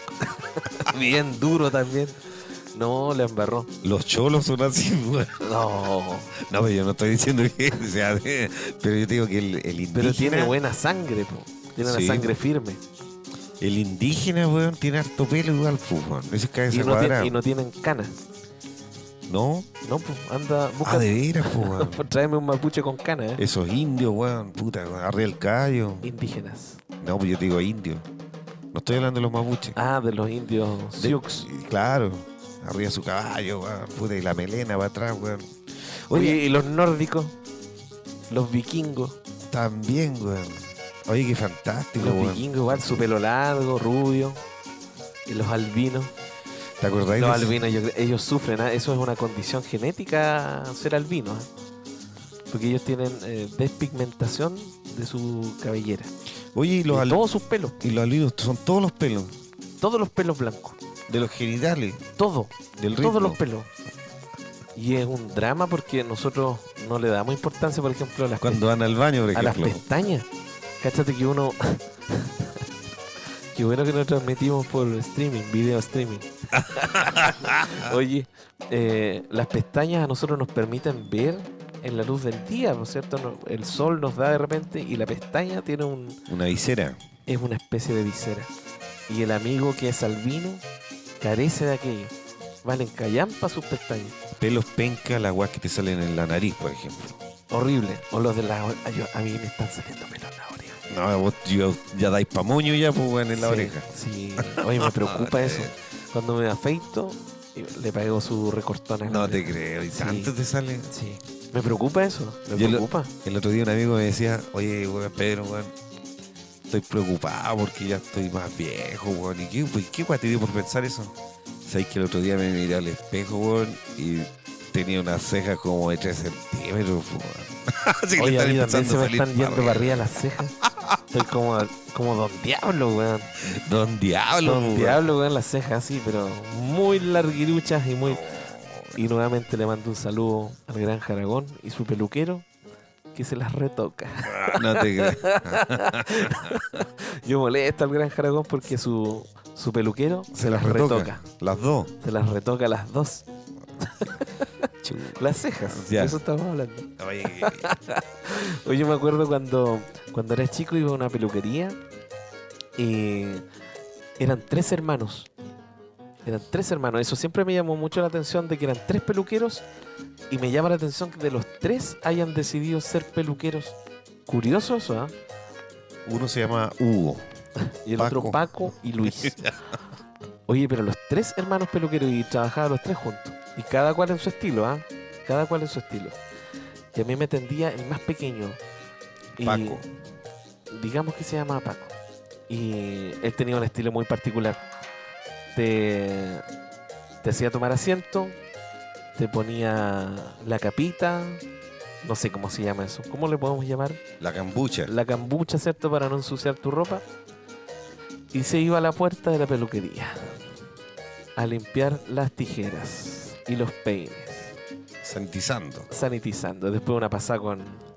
bien duro también. No, le embarró. Los cholos son así, weón. No. No, pero yo no estoy diciendo que sea de- pero yo te digo que el, el indígena. Pero tiene buena sangre, po. Tiene una Sí, sangre po. firme. El indígena, weón, tiene harto pelo igual, pues, weón. Ese es Y cabeza no, cuadrada. tiene- y no tienen canas. ¿No? No, pues anda, busca. Ah, de veras, pues, weón. Tráeme un mapuche con canas, ¿eh? Esos indios, weón, puta, weón, arriba el callo. Indígenas. No, pues yo te digo indio. No estoy hablando de los mapuches. Ah, de los indios De- Sioux. Claro. Arriba su caballo, weón. Puta, y la melena va atrás, weón. Oye, Oye, y los nórdicos, los vikingos. también, weón. Oye, qué fantástico, Los weón. vikingos igual, su pelo largo, rubio. Y los albinos. ¿Te acordáis Los de ese- albinos, yo creo- ellos sufren, ¿ah? Eso es una condición genética ser albino, ¿ah? Porque ellos tienen eh, despigmentación de su cabellera. Oye, y los, De al- todos sus pelos, y los albinos son todos los pelos. todos los pelos blancos. De los genitales. Todo, Del ritmo. todos los pelos. Y es un drama porque nosotros no le damos importancia, por ejemplo, a las, Cuando van al baño, por pe- a las ejemplo. pestañas. Cáchate que uno... Qué bueno que nos transmitimos por streaming, video streaming. Oye, eh, las pestañas a nosotros nos permiten ver en la luz del día, ¿no es cierto? No- el sol nos da de repente y la pestaña tiene un... Una visera. es una especie de visera. Y el amigo que es albino carece de aquello. Valen callampa sus pestañas. Pelos penca, las guas que te salen en la nariz, por ejemplo. Horrible. O los de la... ay, yo- a mí me están saliendo pelos en la oreja. No, vos ya, ya dais pa' moño ya, pues, weón, en la Sí, oreja. Sí. Oye, me preocupa eso. Cuando me afeito, le pego su recortón a la No te oreja. creo. ¿Y Sí. tanto te sale? Sí. Me preocupa eso. Me Yo lo- preocupa. El otro día un amigo me decía, oye, weón, Pedro, weón, estoy preocupado porque ya estoy más viejo, weón. ¿Y qué, pues, qué weón te dio por pensar eso? Sabes que el otro día me miré al espejo, weón, y tenía unas cejas como de tres centímetros, weón. Así que le Oye, a están mí también empezando se a me salir están yendo para para arriba las cejas. Estoy como, como Don Diablo, weón. Don Diablo, Don weón. Diablo, weón, las cejas así, pero muy larguiruchas y muy... Y nuevamente le mando un saludo al gran Jaragón y su peluquero, que se las retoca. Ah, no te creo. Yo molesto al gran Jaragón porque su, su peluquero se, las retoca. Las dos. Se las retoca las dos. Las cejas, Ya. de eso estamos hablando. Oye, Oye, yo me acuerdo cuando, cuando era chico iba a una peluquería y eran tres hermanos. Eran tres hermanos. Eso siempre me llamó mucho la atención de que eran tres peluqueros y me llama la atención que de los tres hayan decidido ser peluqueros. Curioso eso, ¿ah? uno se llama Hugo. Y el Paco. otro Paco y Luis. Oye, pero los tres hermanos peluqueros y trabajaban los tres juntos. Y cada cual en su estilo, ¿ah? Cada cual en su estilo. Y a mí me tendía el más pequeño. Y Paco. digamos que se llama Paco. Y él tenía un estilo muy particular. Te, te hacía tomar asiento, te ponía la capita, no sé cómo se llama eso. ¿Cómo le podemos llamar? La cambucha. La cambucha, ¿cierto? Para no ensuciar tu ropa. Y se iba a la puerta de la peluquería a limpiar las tijeras y los peines, Sanitizando. sanitizando. Después una pasada con,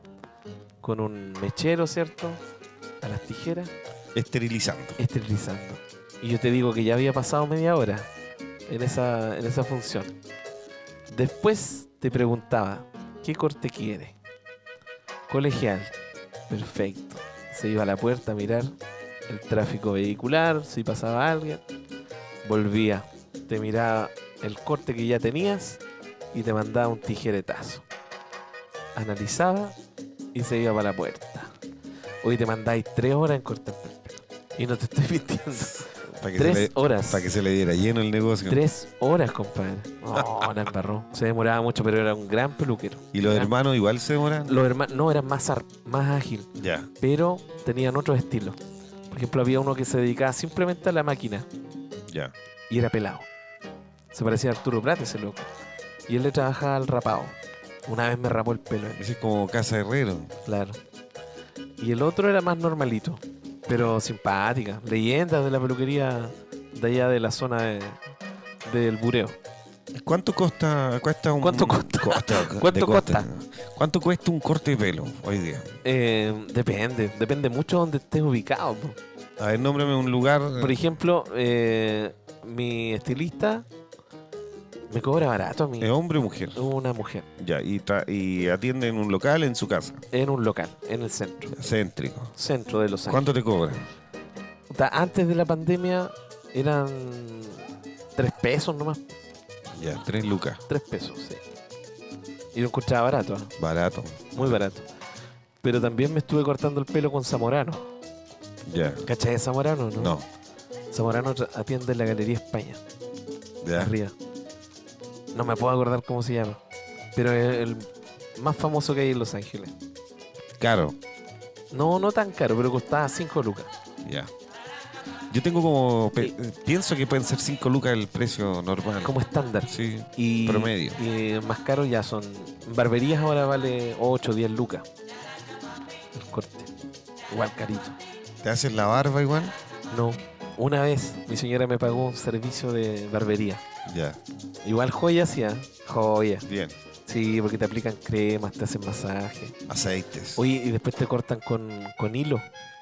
con un mechero, ¿cierto? A las tijeras, Esterilizando. esterilizando. Y yo te digo que ya había pasado media hora en esa, en esa función. Después te preguntaba, ¿qué corte quiere? Colegial. Perfecto. Se iba a la puerta a mirar el tráfico vehicular, si pasaba alguien. Volvía, te miraba el corte que ya tenías y te mandaba un tijeretazo. Analizaba y se iba para la puerta. Hoy te mandáis tres horas en cortarte el pelo. Y no te estoy mintiendo. Para que, Tres se le, horas. para que se le diera lleno el negocio. Tres horas, compadre. No, la embarró. Se demoraba mucho, pero era un gran peluquero. ¿Y los Gran- hermanos igual se demoran? Los hermanos no eran más, ar- más ágil, Ya, pero tenían otros estilos. Por ejemplo, había uno que se dedicaba simplemente a la máquina ya. y era pelado. Se parecía a Arturo Prat, ese loco. Y él le trabajaba al rapado. Una vez me rapó el pelo, él, Ese es como Casa Herrero. claro. Y el otro era más normalito, pero simpática. Leyenda de la peluquería de allá de la zona de- del Bureo. ¿Cuánto costa, cuesta un... ¿Cuánto costa? de ¿Cuánto costa? ¿Cuánto cuesta un corte de pelo hoy día? Eh, depende, depende mucho de donde estés ubicado, po. A ver, nómbrame un lugar. Por ejemplo, eh, mi estilista me cobra barato a mí. ¿Es hombre o mujer? Una mujer. Ya, y, tra- y atiende en un local en su casa. En un local, en el centro. Céntrico. Centro de Los Ángeles. ¿Cuánto te cobra? Puta, antes de la pandemia eran tres pesos nomás. Ya, tres lucas. Tres pesos, sí. Y lo encontraba barato, ¿ah? Barato. Muy barato. Pero también me estuve cortando el pelo con Zamorano. Ya. ¿Cachai de Zamorano, no? No. Zamorano tra- atiende en la Galería España, Ya. arriba. No me puedo acordar cómo se llama. Pero es el más famoso que hay en Los Ángeles. Caro. No, no tan caro, pero costaba cinco lucas. Ya. Yo tengo como... pe- Y- pienso que pueden ser cinco lucas el precio normal. Como estándar. Sí. Y, Promedio. y más caro ya son. Barberías ahora vale ocho o diez lucas. El corte. Igual carito. ¿Te haces la barba igual? No. Una vez mi señora me pagó un servicio de barbería. Ya. Igual joya hacía. Joya. Bien. Sí, porque te aplican cremas, te hacen masaje. Aceites. Oye, y después te cortan con, con hilo.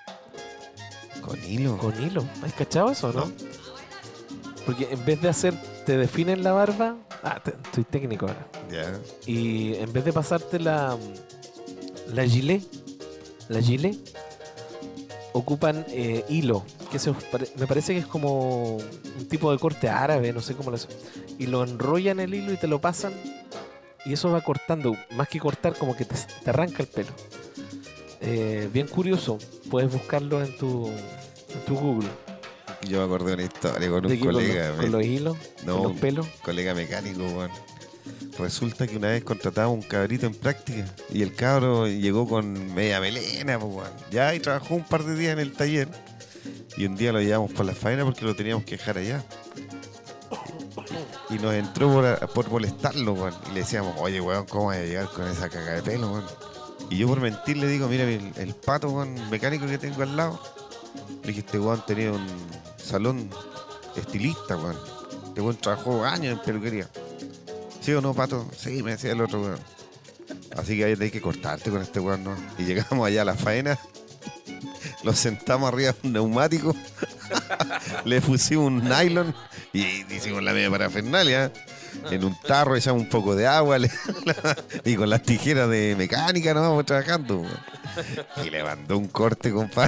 ¿Con hilo? Con hilo. ¿Has cachado eso, no? No. Porque en vez de hacer, te definen la barba. Ah, te- estoy técnico ahora. Ya. Y en vez de pasarte la la gilet, la gilet, ocupan eh, hilo, que eso pare- me parece que es como un tipo de corte árabe, no sé cómo lo hacen. Y lo enrollan el hilo y te lo pasan y eso va cortando, más que cortar como que te, te arranca el pelo. Eh, bien curioso, puedes buscarlo en tu, en tu Google. Yo me acordé de una historia con ¿De un qué? Con colega. los, me- con los hilos, No, con los un pelos. colega mecánico, weón. Resulta que una vez contrataba un cabrito en práctica y el cabro llegó con media melena, pues, weón. Ya, y trabajó un par de días en el taller y un día lo llevamos por la faena porque lo teníamos que dejar allá. Y nos entró por, por molestarlo, weón. Y le decíamos, oye, weón, ¿cómo vas a llegar con esa caga de pelo, weón? Y yo por mentir le digo, mira, el, el pato, weón, mecánico que tengo al lado. Le dije, este weón tenía un salón estilista, weón. Este weón trabajó años en peluquería. ¿Sí o no, pato? Sí, me decía el otro weón. Así que ahí hay que cortarte con este weón, ¿no? Y llegamos allá a la faena, lo sentamos arriba de un neumático, le pusimos un nylon y hicimos la media parafernalia. En un tarro echamos un poco de agua le- y con las tijeras de mecánica nos vamos trabajando, weón. Y le mandó un corte, compadre.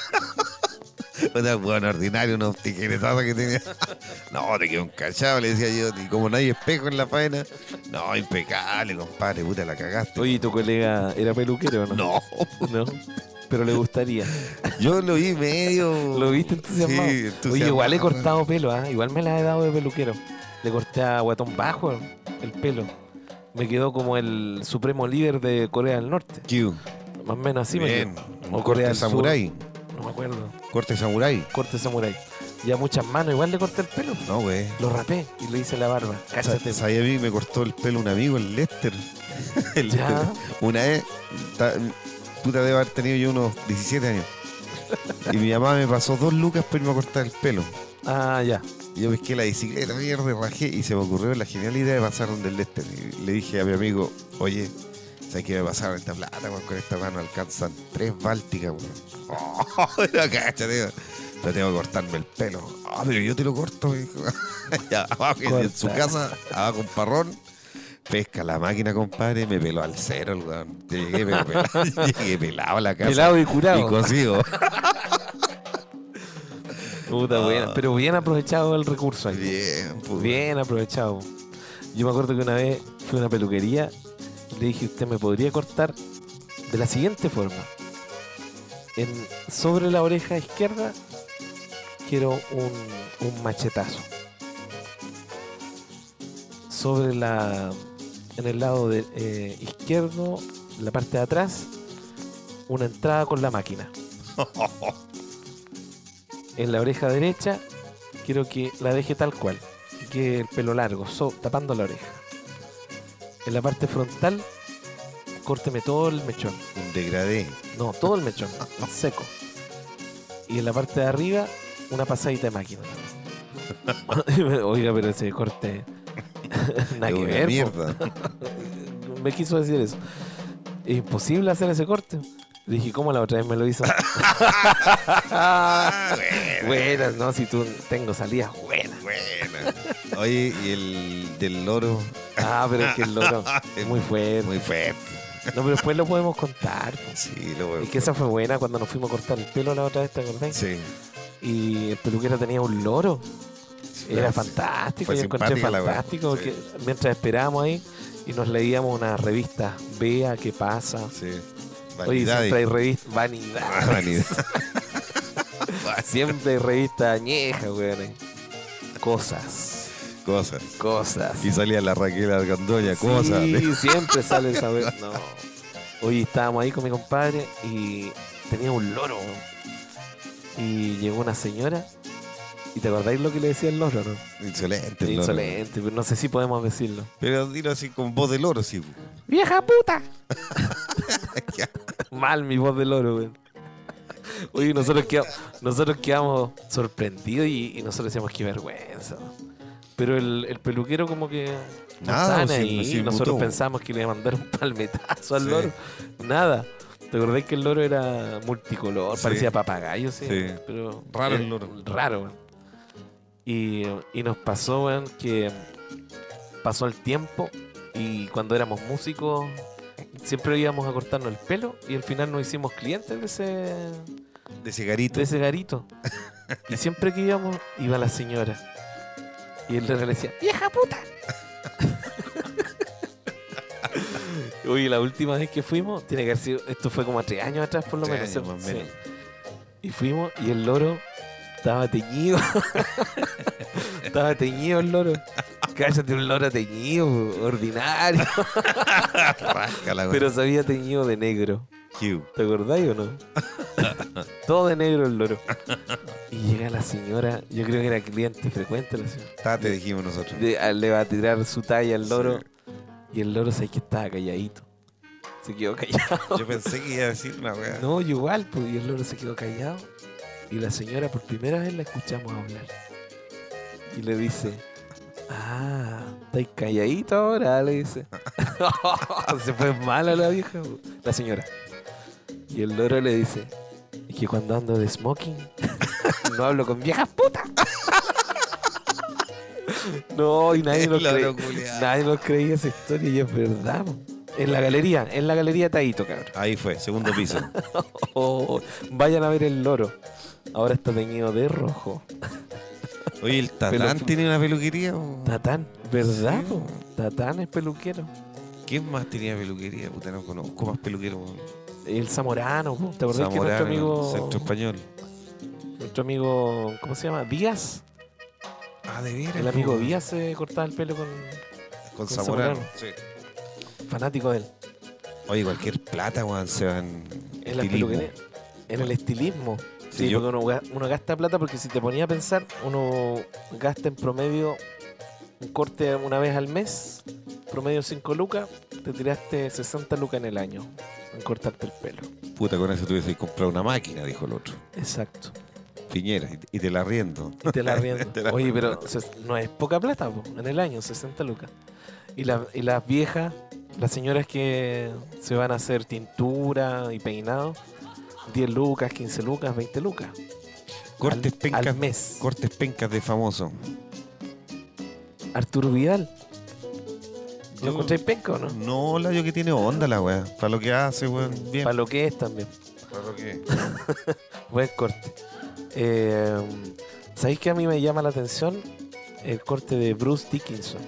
Un weón ordinario, unos tijeretazos que tenía. No, te quedó un cachado, le decía yo. Y como no hay espejo en la faena, no, impecable, compadre, puta, la cagaste. Oye, ¿tu colega era peluquero o no? No, No. pero le gustaría. Yo lo vi medio... ¿Lo viste entusiasmado? Sí, Oye, entusiasmado, igual he weón. cortado pelo, ¿ah? Igual me la he dado de peluquero. Le corté a Guatón Bajo el pelo. Me quedó como el supremo líder de Corea del Norte. Q. Más o menos así me Bien. quedó. Un O Corea corte del Sur. samurái. No me acuerdo. Corte samurái. Corte samurái. Y a muchas manos igual le corté el pelo. No, güey. Lo rapé y le hice la barba. Cáchate. ¿Sabes? A mí me cortó el pelo un amigo, el Lester. El- Ya. Una vez, ta- puta, debo haber tenido yo unos diecisiete años. Y mi mamá me pasó dos lucas para irme a cortar el pelo. Ah, ya. Y yo pesqué la bicicleta, mierda, y rajé. Y se me ocurrió la genial idea de pasar donde el Lester. Y le dije a mi amigo, oye, ¿sabes qué me pasaron esta plata, weón? Con esta mano alcanzan tres bálticas, weón. Oh, la cacha, tío. Pero tengo que cortarme el pelo. Ah, pero yo te lo corto, me dijo. Y abajo, en su Corta. casa, abajo un parrón. Pesca la máquina, compadre, me peló al cero, el weón. Llegué, pero pelado, llegué pelado a la casa. Pelado y curado. Y cosido. Puta, Ah. buena. Pero bien aprovechado el recurso ahí. Bien, pues. Bien aprovechado. Yo me acuerdo que una vez fui a una peluquería y le dije, usted me podría cortar de la siguiente forma. En, sobre la oreja izquierda quiero un, un machetazo. Sobre la... En el lado de, eh, izquierdo, en la parte de atrás, una entrada con la máquina. En la oreja derecha quiero que la deje tal cual y que el pelo largo, so- tapando la oreja. En la parte frontal, córteme todo el mechón. Un degradé. No, todo el mechón, en seco. Y en la parte de arriba, una pasadita de máquina. Oiga, pero ese corte... Nada Es que una ver, po. mierda. Me quiso decir eso. Es imposible hacer ese corte. Le dije, ¿cómo la otra vez me lo hizo? Ah, buena. Buenas, ¿no? Si tú tengo salidas buenas. Buena. Oye, y el del loro. Ah, pero es que el loro es muy fuerte. Muy fuerte. No, pero después lo podemos contar. Po. Sí, lo voy Es que esa fue buena cuando nos fuimos a cortar el pelo la otra vez, ¿te acordás? Sí. Y el peluquero tenía un loro. Era Sí. fantástico, Fue yo encontré simpática la wea. fantástico porque Sí. mientras esperábamos ahí y nos leíamos una revista, Vea qué pasa. Sí. Oye, Vanidad. siempre hay revista, vanidad. Ah, vanidad. Siempre hay revista añeja, weón. ahí. Cosas, Cosas. cosas. Y salía la Raquel Argandoña, cosas. Sí, siempre sale esa vez. No. Hoy estábamos ahí con mi compadre y tenía un loro. Y llegó una señora. ¿Y te acordáis lo que le decía el loro, no? Insolente. el loro. Insolente, pero no sé si podemos decirlo. Pero dilo así con voz de loro, sí. ¡Vieja puta! Mal mi voz de loro, weón. Oye, nosotros quedamos, nosotros quedamos sorprendidos y, y nosotros decíamos qué vergüenza. Pero el, el peluquero como que no Nada, estaba sí, ahí. sí, Nosotros mutó. pensamos que le iba a mandar un palmetazo al Sí. loro. Nada. ¿Te acordás que el loro era multicolor? Sí. Parecía papagayo, sí. Sí. Pero Raro el eh, loro. Raro, weón. Y, y nos pasó, weón, que pasó el tiempo y cuando éramos músicos siempre íbamos a cortarnos el pelo y al final nos hicimos clientes de ese, De cigarrito. de ese garito. Y siempre que íbamos, iba la señora. Y él le decía, ¡vieja puta! Oye, la última vez que fuimos, tiene que haber sido, esto fue como a tres años atrás por lo Tres menos. años más o sí. menos. Y fuimos y el loro estaba teñido. Estaba teñido el loro. Cállate, un loro teñido, ordinario. Rasca la Pero se había teñido de negro. Hugh. ¿Te acordáis o no? Todo de negro el loro. Y llega la señora, yo creo que era cliente frecuente la señora. Tate, dijimos nosotros. De- a- le va a tirar su talla al loro. Sí. Y el loro sabe que estaba calladito. Se quedó callado. Yo pensé que iba a decir una weá. No, yo igual, pues, y el loro se quedó callado. Y la señora por primera vez la escuchamos hablar. Y le dice, ah, ¿estáis calladito ahora? Le dice. Se fue mala la vieja, po, la señora. Y el loro le dice, es que cuando ando de smoking, no hablo con viejas putas. No, y nadie nos, El loro cree- culiao. nadie nos creía esa historia y es verdad. Po. En la galería, en la galería Taito, cabrón. Ahí fue, segundo piso. Oh, vayan a ver el loro. Ahora está teñido de rojo. Oye, ¿el Tatán Pelo- tiene una peluquería? O... Tatán, ¿verdad? Sí, po? po. Tatán es peluquero. ¿Quién más tenía peluquería? Puta, no conozco más peluqueros. weón. El Zamorano, po. ¿Te acordás que nuestro Zamorano, amigo, Centro Español. nuestro amigo, ¿cómo se llama? Díaz, Ah, de veras. el amigo po, Díaz se cortaba el pelo con Con con Zamorano. Zamorano. Sí. fanático de él. Oye, cualquier plata, weón, se va en En la estilismo. peluquería, en el estilismo. Sí, Sí, yo- porque uno, ga- uno gasta plata porque si te ponía a pensar, uno gasta en promedio un corte una vez al mes, promedio cinco lucas, te tiraste sesenta lucas en el año en cortarte el pelo. Puta, con eso tuviese que comprar una máquina, dijo el otro. Exacto. Piñera, y, y te la riendo. Y te la riendo. Te la Oye, riendo. pero ses- no es poca plata po, en el año, sesenta lucas. Y, la- y las viejas, las señoras que se van a hacer tintura y peinado, diez lucas, quince lucas, veinte lucas. Cortes al, pencas, al mes. cortes pencas de famoso. Arturo Vidal. ¿Lo Yo- encontráis penca o no? No, la yo que tiene onda la weá. Para lo que hace, weón. Bien. Para lo que es también. Para lo que Buen corte. Eh, ¿Sabéis que a mí me llama la atención el corte de Bruce Dickinson?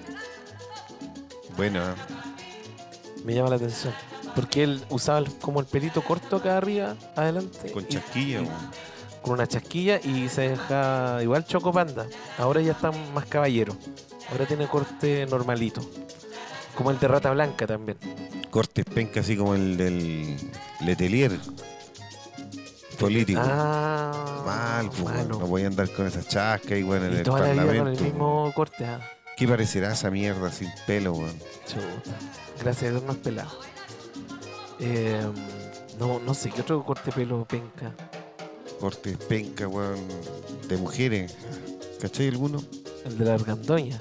Bueno, ¿eh? Me llama la atención. Porque él usaba el- como el pelito corto acá arriba, adelante. con y- chasquilla, y- weón. con una chasquilla y se deja igual Choco Panda. Ahora ya está más caballero. Ahora tiene corte normalito. Como el de Rata Blanca también. Cortes pencas así como el del Letelier. Político. Ah, Mal, pues, weón. malo. No voy a andar con esas chascas y weón en Y el toda la vida parlamento. con el mismo corte. Ah. ¿Qué parecerá esa mierda sin pelo, weón? Chuta. Gracias a Dios no es pelado. Eh, no, no sé qué otro corte de pelo penca. Cortes penca, weón, de mujeres. ¿Cachai alguno? El de la argandoña.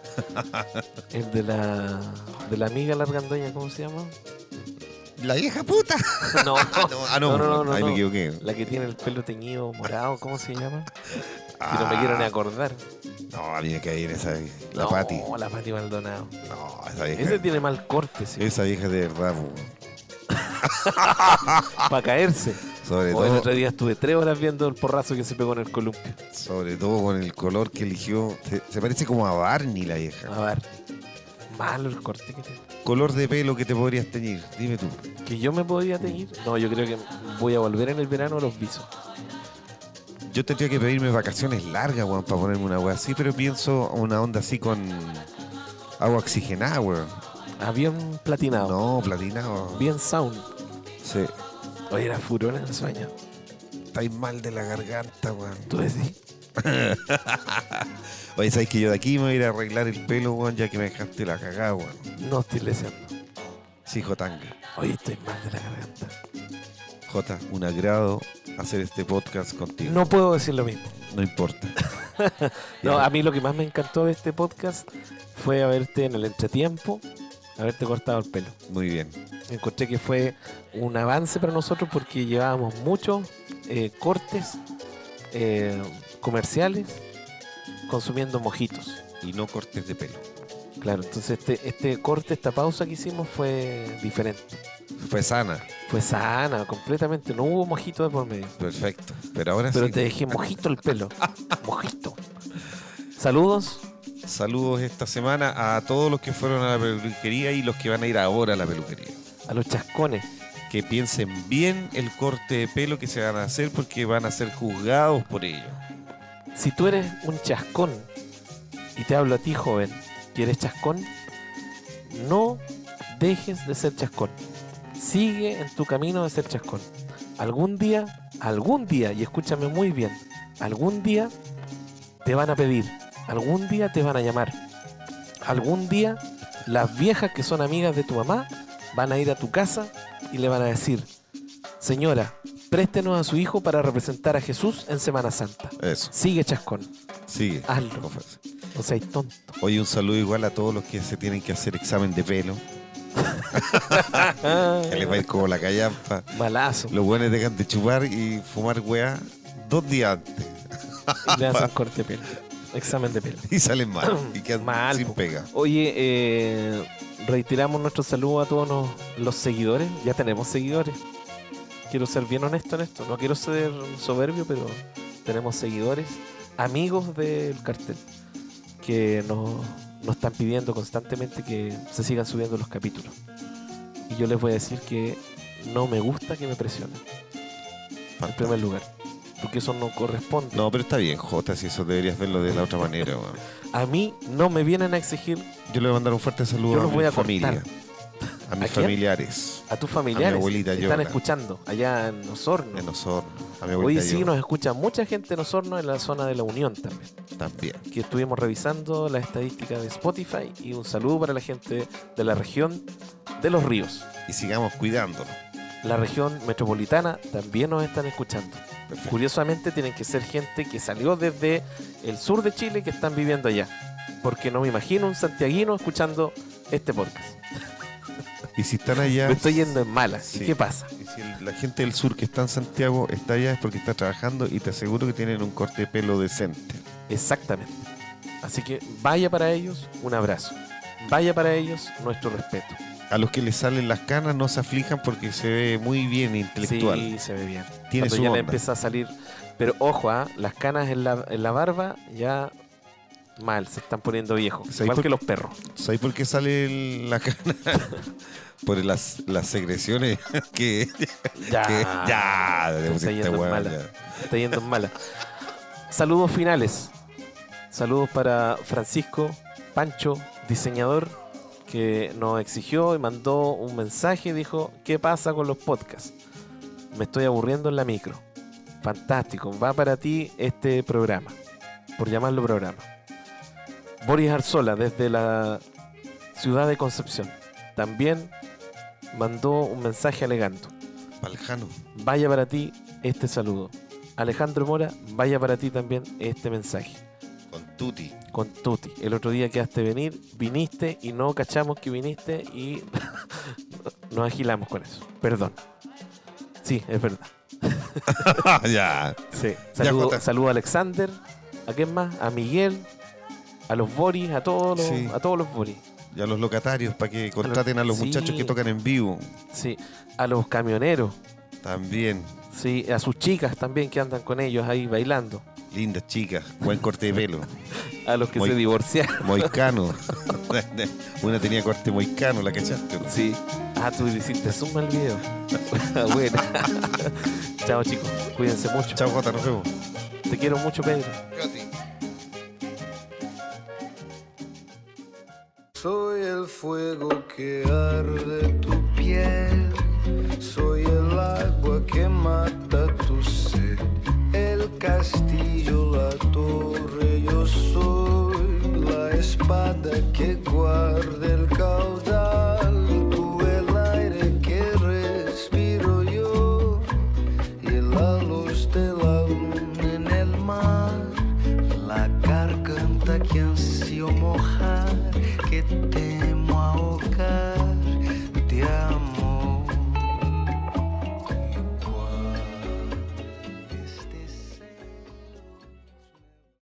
El de la de la amiga la argandoña, ¿cómo se llama? ¡La vieja puta! No, Ah, no, ah, no, No, no, no, ahí no. me equivoqué. la que tiene el pelo teñido morado, ¿cómo se llama? Que Ah, no me quiero ni acordar. No, a mí me cae en esa. La no, Pati. la Pati Maldonado. No, esa vieja. Ese tiene mal corte, sí, Esa vieja de verdad, weón. para caerse. Sobre O el todo, otro día estuve tres horas viendo el porrazo que se pegó en el columpio. sobre todo con el color que eligió. Se, se parece como a Barney la vieja. A ver, malo el corte que tiene. Color de pelo que te podrías teñir, dime tú. ¿Que yo me podría teñir? No, yo creo que voy a volver en el verano a los visos. Yo tendría que pedirme vacaciones largas, weón, para ponerme una weá así, pero pienso una onda así con agua oxigenada, weón. Ah, bien platinado. No, platinado. Bien sound. Sí. Oye, era furor en el sueño. Estáis mal de la garganta, weón. ¿Tú decís? Oye, ¿sabes que yo de aquí me voy a ir a arreglar el pelo, weón, ya que me dejaste la cagada, weón? No estoy leseando. Sí, Jotanga. Oye, estoy mal de la garganta. Jota, un agrado hacer este podcast contigo. No puedo decir lo mismo. No importa. No, Ya. a mí lo que más me encantó de este podcast fue haberte en el entretiempo, haberte cortado el pelo. Muy bien. Encontré que fue un avance para nosotros porque llevábamos muchos eh, cortes eh, comerciales consumiendo mojitos. Y no cortes de pelo. Claro, entonces este, este corte, esta pausa que hicimos fue diferente. Fue sana. Fue sana, completamente. No hubo mojito de por medio. Perfecto. Pero ahora Pero sí. te dejé mojito el pelo. Mojito. Saludos. Saludos esta semana a todos los que fueron a la peluquería y los que van a ir ahora a la peluquería. A los chascones. Que piensen bien el corte de pelo que se van a hacer porque van a ser juzgados por ello. Si tú eres un chascón y te hablo a ti, joven, que eres chascón, no dejes de ser chascón. Sigue en tu camino de ser chascón. Algún día, algún día, y escúchame muy bien, algún día te van a pedir, algún día te van a llamar, algún día las viejas que son amigas de tu mamá van a ir a tu casa y le van a decir: señora, préstenos a su hijo para representar a Jesús en Semana Santa. Eso. Sigue chascón, Sigue. hazlo. O sea, tonto. Oye, un saludo igual a todos los que se tienen que hacer examen de pelo. Que les va a ir como la callampa. Balazo. Los buenos dejan de chupar y fumar weá dos días antes. Y le hacen corte de pelo. Examen de pelo. Y salen mal. Y quedan Mal, sin po. pega. Oye, eh, reiteramos nuestro saludo a todos los, los seguidores. Ya tenemos seguidores. Quiero ser bien honesto en esto. No quiero ser soberbio, pero tenemos seguidores, amigos del cartel, que nos, nos están pidiendo constantemente que se sigan subiendo los capítulos. Y yo les voy a decir que no me gusta que me presionen. En primer lugar. Porque eso no corresponde. No, pero está bien, Jota, si eso deberías verlo de la otra manera. Weón. A mí no me vienen a exigir. Yo le voy a mandar un fuerte saludo Yo a los mi voy a familia. cortar. A mis ¿A quién? familiares. A tus familiares A mi abuelita que están Yola. escuchando allá en Osorno. En Osorno. A mi Hoy abuelita sí Yola. nos escucha mucha gente en Osorno, en la zona de la Unión también. También. Que estuvimos revisando la estadística de Spotify. Y un saludo para la gente de la región de Los Ríos. Y sigamos cuidándonos. La región metropolitana también nos están escuchando. Perfecto. Curiosamente tienen que ser gente que salió desde el sur de Chile que están viviendo allá. Porque no me imagino un santiaguino escuchando este podcast. Y si están allá... Me estoy yendo en mala. Sí. ¿Y qué pasa? Y si el- la gente del sur que está en Santiago está allá es porque está trabajando y te aseguro que tienen un corte de pelo decente. Exactamente. Así que vaya para ellos un abrazo. Vaya para ellos nuestro respeto. A los que les salen las canas no se aflijan porque se ve muy bien intelectual. Sí, se ve bien. Tiene Cuando su ya le onda. empieza a salir. Pero ojo, ¿ah? Las canas en la, en la barba ya mal, se están poniendo viejos. ¿Sabes Igual por- que los perros. ¿Sabes por qué sale el- la cana? Por las, las secreciones que... Ya. que- ya, Te te está pusiste yendo en hueón, mala. ya. Está yendo en mala. Saludos finales. Saludos para Francisco Pancho, diseñador, que nos exigió y mandó un mensaje y dijo, ¿qué pasa con los podcasts? Me estoy aburriendo en la micro. Fantástico, va para ti este programa, por llamarlo programa. Boris Arzola, desde la ciudad de Concepción, también mandó un mensaje alegando. Paljano. Vaya para ti este saludo. Alejandro Mora, vaya para ti también este mensaje. Con Tuti. Con Tuti. El otro día quedaste venir, viniste y no cachamos que viniste y nos agilamos con eso. Perdón. Sí, es verdad. ya. Sí. Ya, Saludo, Jota. saludo a Alexander. ¿A quién más? A Miguel. A los Boris, a todos los, Sí. a todos los Boris. Y a los locatarios para que contraten a los sí. muchachos que tocan en vivo. Sí. A los camioneros. También. Sí. A sus chicas también que andan con ellos ahí bailando. Lindas chicas. Buen corte de pelo. A los que Muy- se divorciaron. Moicano. Una tenía corte moicano, ¿la cachaste? Sí. Ah, tú hiciste zoom al video. Bueno. Chao, chicos. Cuídense mucho. Chao, Jota, nos vemos. Te quiero mucho, Pedro. Soy el fuego que arde tu piel, soy el agua que mata tu sed, el castillo, la torre, yo soy la espada que guarda el caudal, tú el aire que respiro yo y la luz de la luna en el mar, la garganta que ansio mojar, que te